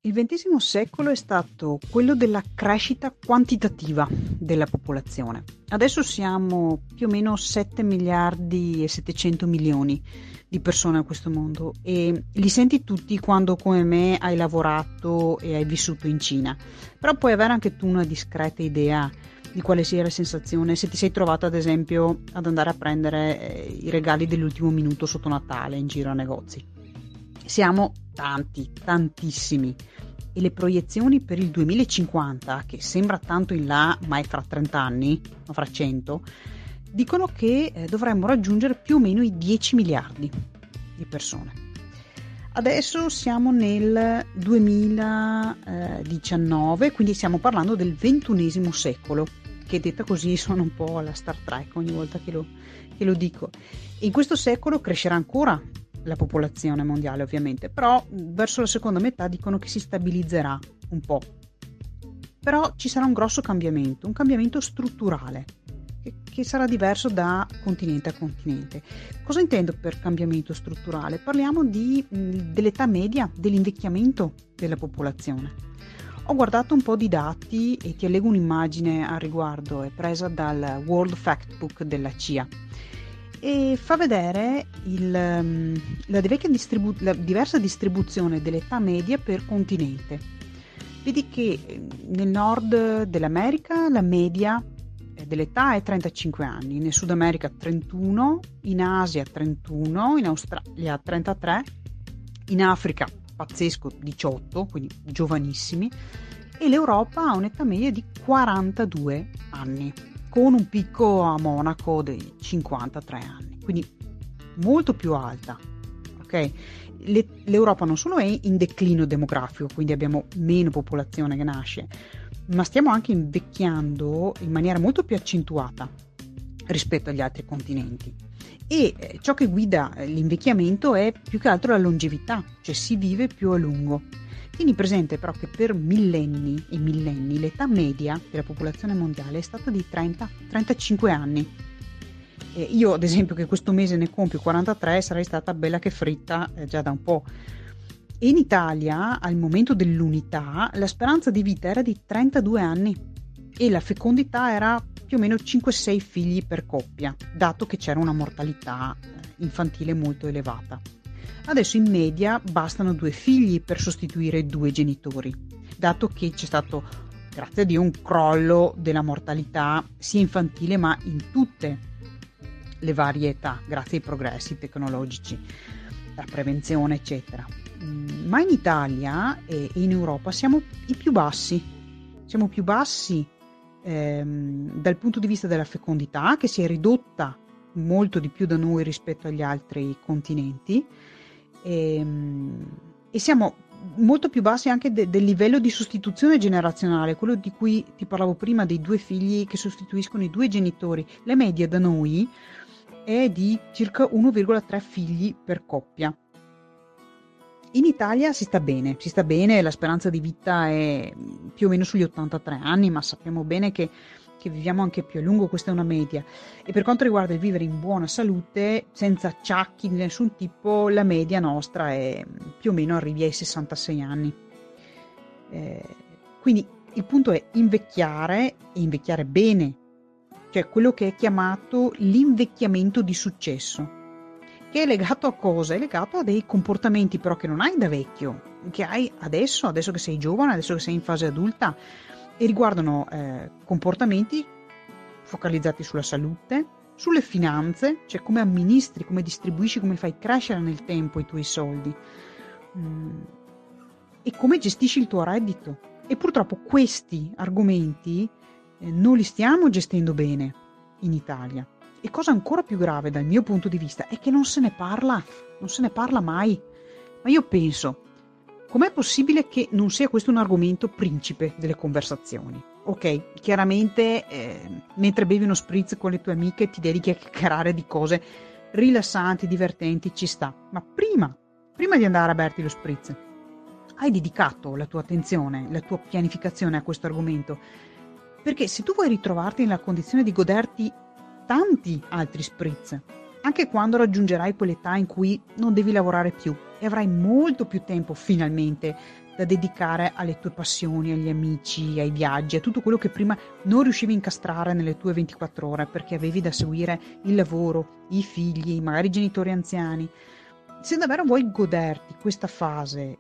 Il XX secolo è stato quello della crescita quantitativa della popolazione. Adesso siamo più o meno 7 miliardi e 700 milioni di persone a questo mondo e li senti tutti quando come me hai lavorato e hai vissuto in Cina. Però puoi avere anche tu una discreta idea di quale sia la sensazione se ti sei trovato ad esempio ad andare a prendere i regali dell'ultimo minuto sotto Natale in giro a negozi. Siamo tanti, tantissimi e le proiezioni per il 2050, che sembra tanto in là ma è fra 30 anni, o fra 100, dicono che dovremmo raggiungere più o meno i 10 miliardi di persone. Adesso siamo nel 2019, quindi stiamo parlando del XXI secolo, che detta così suona un po' alla Star Trek ogni volta che lo dico. E in questo secolo crescerà ancora la popolazione mondiale ovviamente, però verso la seconda metà dicono che si stabilizzerà un po'. Però ci sarà un grosso cambiamento, un cambiamento strutturale, che sarà diverso da continente a continente. Cosa intendo per cambiamento strutturale? Parliamo dell'età media, dell'invecchiamento della popolazione. Ho guardato un po' di dati e ti allego un'immagine al riguardo, è presa dal World Factbook della CIA. E fa vedere la diversa distribuzione dell'età media per continente. Vedi che nel nord dell'America la media dell'età è 35 anni, nel Sud America 31, in Asia 31, in Australia 33, in Africa pazzesco 18, quindi giovanissimi, e l'Europa ha un'età media di 42 anni. Con un picco a Monaco dei 53 anni, quindi molto più alta. Okay? L'Europa non solo è in declino demografico, quindi abbiamo meno popolazione che nasce, ma stiamo anche invecchiando in maniera molto più accentuata rispetto agli altri continenti. E ciò che guida l'invecchiamento è più che altro la longevità, cioè si vive più a lungo. Tieni presente però che per millenni e millenni l'età media della popolazione mondiale è stata di 30-35 anni. Io ad esempio che questo mese ne compio 43 sarei stata bella che fritta già da un po'. E in Italia al momento dell'unità la speranza di vita era di 32 anni e la fecondità era più o meno 5-6 figli per coppia, dato che c'era una mortalità infantile molto elevata. Adesso in media bastano 2 figli per sostituire 2 genitori, dato che c'è stato, grazie a Dio, un crollo della mortalità sia infantile ma in tutte le varie età, grazie ai progressi tecnologici, la prevenzione eccetera. Ma in Italia e in Europa siamo i più bassi, dal punto di vista della fecondità, che si è ridotta molto di più da noi rispetto agli altri continenti, e siamo molto più bassi anche del livello di sostituzione generazionale, quello di cui ti parlavo prima, dei 2 figli che sostituiscono i 2 genitori. La media da noi è di circa 1,3 figli per coppia. In Italia si sta bene, la speranza di vita è più o meno sugli 83 anni, ma sappiamo bene che viviamo anche più a lungo, questa è una media. E per quanto riguarda il vivere in buona salute, senza acciacchi di nessun tipo, la media nostra è più o meno arrivi ai 66 anni. Quindi il punto è invecchiare e invecchiare bene, cioè quello che è chiamato l'invecchiamento di successo, che è legato a cosa? È legato a dei comportamenti però che non hai da vecchio, che hai adesso che sei giovane, adesso che sei in fase adulta, e riguardano comportamenti focalizzati sulla salute, sulle finanze, cioè come amministri, come distribuisci, come fai crescere nel tempo i tuoi soldi e come gestisci il tuo reddito. E purtroppo questi argomenti non li stiamo gestendo bene in Italia. E cosa ancora più grave dal mio punto di vista è che non se ne parla mai. Ma io penso, com'è possibile che non sia questo un argomento principe delle conversazioni? Ok, chiaramente mentre bevi uno spritz con le tue amiche ti dedichi a chiacchierare di cose rilassanti, divertenti, ci sta. Ma prima di andare a berti lo spritz, hai dedicato la tua attenzione, la tua pianificazione a questo argomento? Perché se tu vuoi ritrovarti nella condizione di goderti tanti altri spritz, anche quando raggiungerai quell'età in cui non devi lavorare più e avrai molto più tempo finalmente da dedicare alle tue passioni, agli amici, ai viaggi, a tutto quello che prima non riuscivi a incastrare nelle tue 24 ore perché avevi da seguire il lavoro, i figli, magari i genitori anziani. Se davvero vuoi goderti questa fase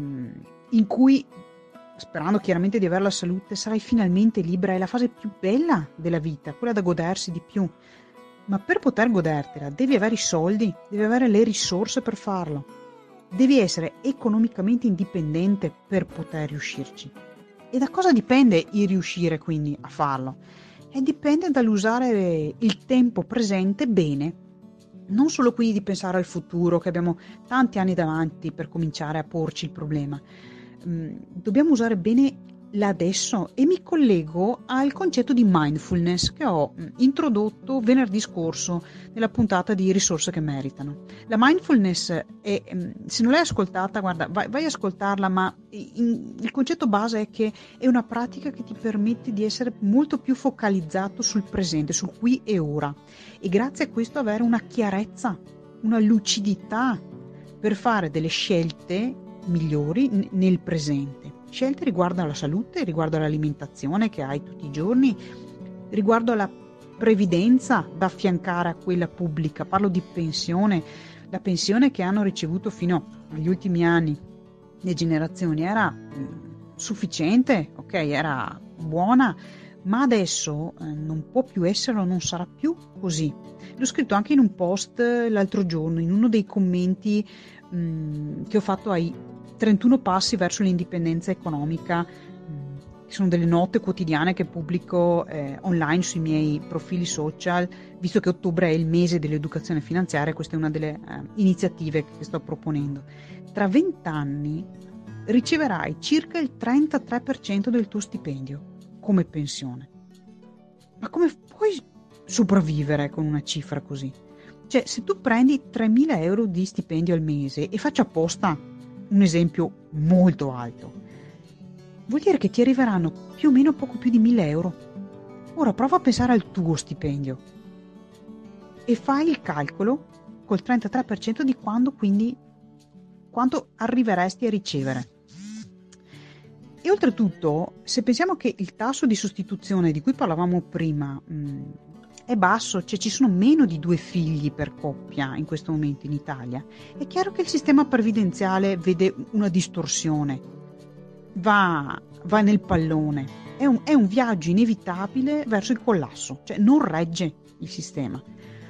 in cui, sperando chiaramente di avere la salute, sarai finalmente libera, è la fase più bella della vita, quella da godersi di più. Ma per poter godertela devi avere i soldi, devi avere le risorse per farlo. Devi essere economicamente indipendente per poter riuscirci. E da cosa dipende il riuscire quindi a farlo? Dipende dall'usare il tempo presente bene, non solo quindi di pensare al futuro, che abbiamo tanti anni davanti per cominciare a porci il problema. Dobbiamo usare bene l'adesso e mi collego al concetto di mindfulness che ho introdotto venerdì scorso nella puntata di Risorse che meritano. La mindfulness è, se non l'hai ascoltata, guarda, vai a ascoltarla, ma il concetto base è che è una pratica che ti permette di essere molto più focalizzato sul presente, sul qui e ora, e grazie a questo avere una chiarezza, una lucidità per fare delle scelte migliori nel presente. Scelte riguardo alla salute, riguardo all'alimentazione che hai tutti i giorni, riguardo alla previdenza da affiancare a quella pubblica. Parlo di pensione. La pensione che hanno ricevuto fino agli ultimi anni le generazioni era sufficiente, ok, era buona, ma adesso non può più essere o non sarà più così. L'ho scritto anche in un post l'altro giorno, in uno dei commenti che ho fatto ai 31 passi verso l'indipendenza economica, che sono delle note quotidiane che pubblico online sui miei profili social, visto che ottobre è il mese dell'educazione finanziaria. Questa è una delle iniziative che sto proponendo. Tra 20 anni riceverai circa il 33% del tuo stipendio come pensione. Ma come puoi sopravvivere con una cifra così? Cioè, se tu prendi 3.000 euro di stipendio al mese, e faccio apposta un esempio molto alto, vuol dire che ti arriveranno più o meno poco più di 1.000 euro. Ora prova a pensare al tuo stipendio e fai il calcolo col 33% di quanto arriveresti a ricevere. E oltretutto, se pensiamo che il tasso di sostituzione di cui parlavamo prima è basso, cioè ci sono meno di 2 figli per coppia in questo momento in Italia, è chiaro che il sistema previdenziale vede una distorsione, va nel pallone, è un viaggio inevitabile verso il collasso, cioè non regge il sistema.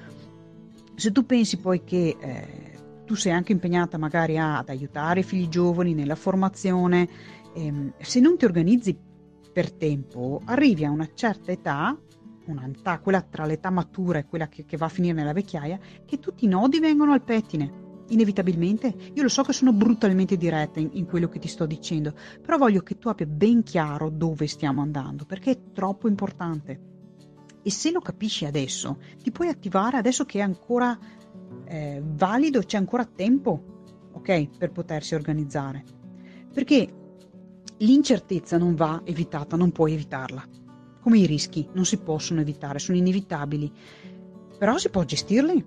Se tu pensi poi che tu sei anche impegnata magari ad aiutare i figli giovani nella formazione, se non ti organizzi per tempo, arrivi a una certa età, quella tra l'età matura e quella che va a finire nella vecchiaia, che tutti i nodi vengono al pettine, inevitabilmente. Io lo so che sono brutalmente diretta in quello che ti sto dicendo, però voglio che tu abbia ben chiaro dove stiamo andando, perché è troppo importante. E se lo capisci adesso, ti puoi attivare adesso che è ancora valido, c'è ancora tempo, ok, per potersi organizzare. Perché l'incertezza non va evitata, non puoi evitarla. Come i rischi, non si possono evitare, sono inevitabili, però si può gestirli.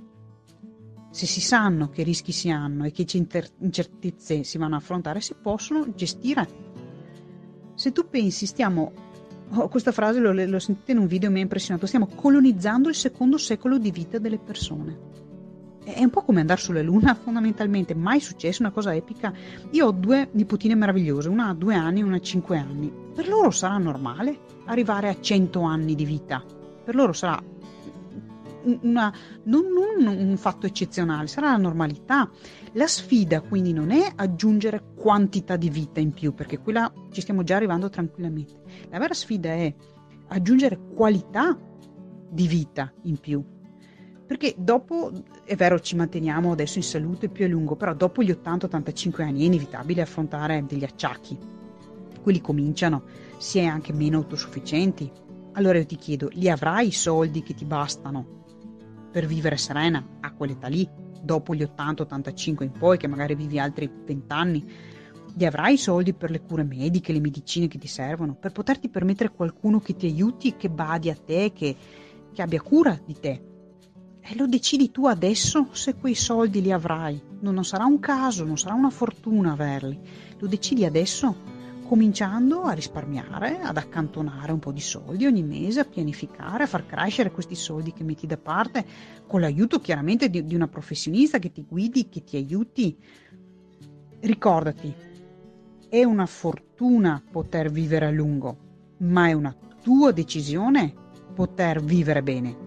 Se si sanno che rischi si hanno e che incertezze si vanno a affrontare, si possono gestire. Se tu pensi, questa frase l'ho sentita in un video e mi ha impressionato, stiamo colonizzando il secondo secolo di vita delle persone. È un po' come andare sulla luna, fondamentalmente, mai successo, una cosa epica. Io ho 2 nipotine meravigliose, una ha 2 anni e una ha 5 anni. Per loro sarà normale arrivare a 100 anni di vita. Per loro sarà non un fatto eccezionale, sarà la normalità. La sfida quindi non è aggiungere quantità di vita in più, perché quella ci stiamo già arrivando tranquillamente. La vera sfida è aggiungere qualità di vita in più. Perché dopo, è vero, ci manteniamo adesso in salute più a lungo, però dopo gli 80-85 anni è inevitabile affrontare degli acciacchi. Quelli cominciano, si è anche meno autosufficienti. Allora io ti chiedo, li avrai i soldi che ti bastano per vivere serena a quell'età lì, dopo gli 80-85 in poi, che magari vivi altri 20 anni? Li avrai i soldi per le cure mediche, le medicine che ti servono, per poterti permettere qualcuno che ti aiuti, che badi a te, che abbia cura di te? E lo decidi tu adesso se quei soldi li avrai. non sarà un caso, non sarà una fortuna averli, lo decidi adesso, cominciando a risparmiare, ad accantonare un po' di soldi ogni mese, a pianificare, a far crescere questi soldi che metti da parte, con l'aiuto chiaramente di una professionista che ti guidi, che ti aiuti. Ricordati, è una fortuna poter vivere a lungo, ma è una tua decisione poter vivere bene.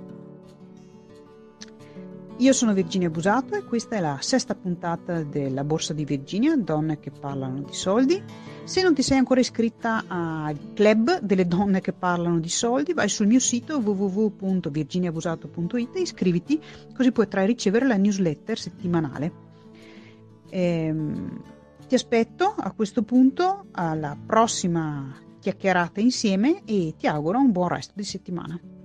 Io sono Virginia Busato e questa è la 6ª puntata della Borsa di Virginia, donne che parlano di soldi. Se non ti sei ancora iscritta al club delle donne che parlano di soldi, vai sul mio sito www.virginiabusato.it e iscriviti, così potrai ricevere la newsletter settimanale. Ti aspetto a questo punto alla prossima chiacchierata insieme e ti auguro un buon resto di settimana.